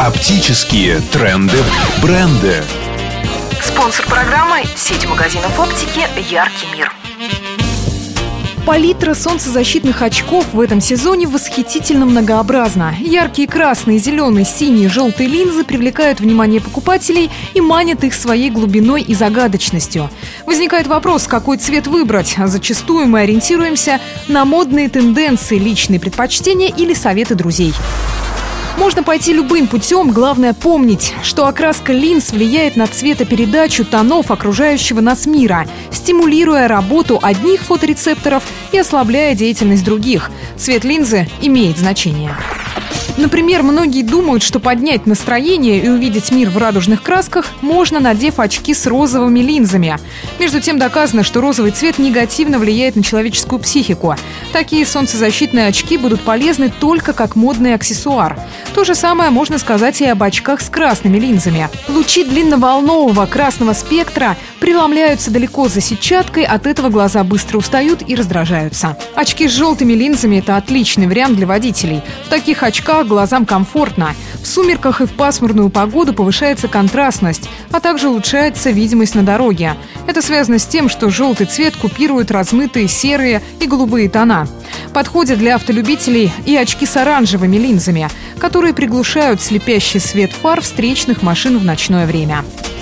Оптические тренды, бренды. Спонсор программы – сеть магазинов оптики «Яркий мир». Палитра солнцезащитных очков в этом сезоне восхитительно многообразна. Яркие красные, зеленые, синие, желтые линзы привлекают внимание покупателей и манят их своей глубиной и загадочностью. Возникает вопрос, какой цвет выбрать. Зачастую мы ориентируемся на модные тенденции, личные предпочтения или советы друзей. Можно пойти любым путем, главное помнить, что окраска линз влияет на цветопередачу тонов окружающего нас мира, стимулируя работу одних фоторецепторов и ослабляя деятельность других. Цвет линзы имеет значение. Например, многие думают, что поднять настроение и увидеть мир в радужных красках можно, надев очки с розовыми линзами. Между тем доказано, что розовый цвет негативно влияет на человеческую психику. Такие солнцезащитные очки будут полезны только как модный аксессуар. То же самое можно сказать и об очках с красными линзами. Лучи длинноволнового красного спектра преломляются далеко за сетчаткой, от этого глаза быстро устают и раздражаются. Очки с желтыми линзами – это отличный вариант для водителей. В таких очках глазам комфортно. В сумерках и в пасмурную погоду повышается контрастность, а также улучшается видимость на дороге. Это связано с тем, что желтый цвет купирует размытые серые и голубые тона. Подходят для автолюбителей и очки с оранжевыми линзами, которые приглушают слепящий свет фар встречных машин в ночное время.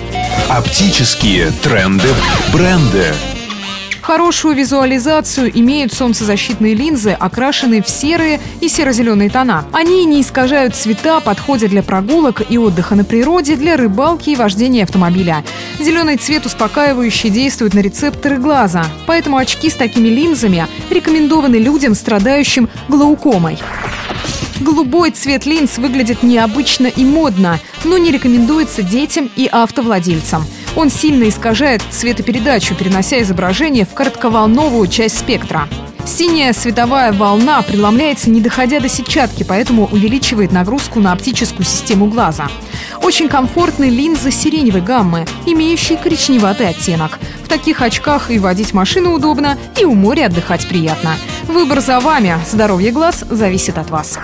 Оптические тренды, бренды. Хорошую визуализацию имеют солнцезащитные линзы, окрашенные в серые и серо-зеленые тона. Они не искажают цвета, подходят для прогулок и отдыха на природе, для рыбалки и вождения автомобиля. Зеленый цвет успокаивающе действует на рецепторы глаза, поэтому очки с такими линзами рекомендованы людям, страдающим глаукомой. Голубой цвет линз выглядит необычно и модно, но не рекомендуется детям и автовладельцам. Он сильно искажает цветопередачу, перенося изображение в коротковолновую часть спектра. Синяя световая волна преломляется, не доходя до сетчатки, поэтому увеличивает нагрузку на оптическую систему глаза. Очень комфортны линзы сиреневой гаммы, имеющие коричневатый оттенок. В таких очках и водить машину удобно, и у моря отдыхать приятно. Выбор за вами. Здоровье глаз зависит от вас.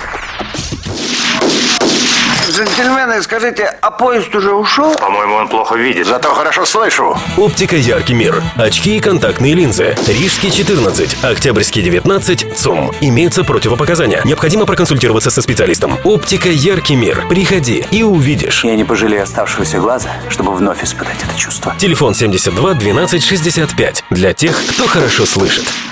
Джентльмены, скажите, а поезд уже ушел? По-моему, он плохо видит. Зато хорошо слышу. Оптика «Яркий мир». Очки и контактные линзы. Рижский 14, Октябрьский 19, ЦУМ. Имеются противопоказания. Необходимо проконсультироваться со специалистом. Оптика «Яркий мир». Приходи и увидишь. Я не пожалею оставшегося глаза, чтобы вновь испытать это чувство. Телефон 72 12 65. Для тех, кто хорошо слышит.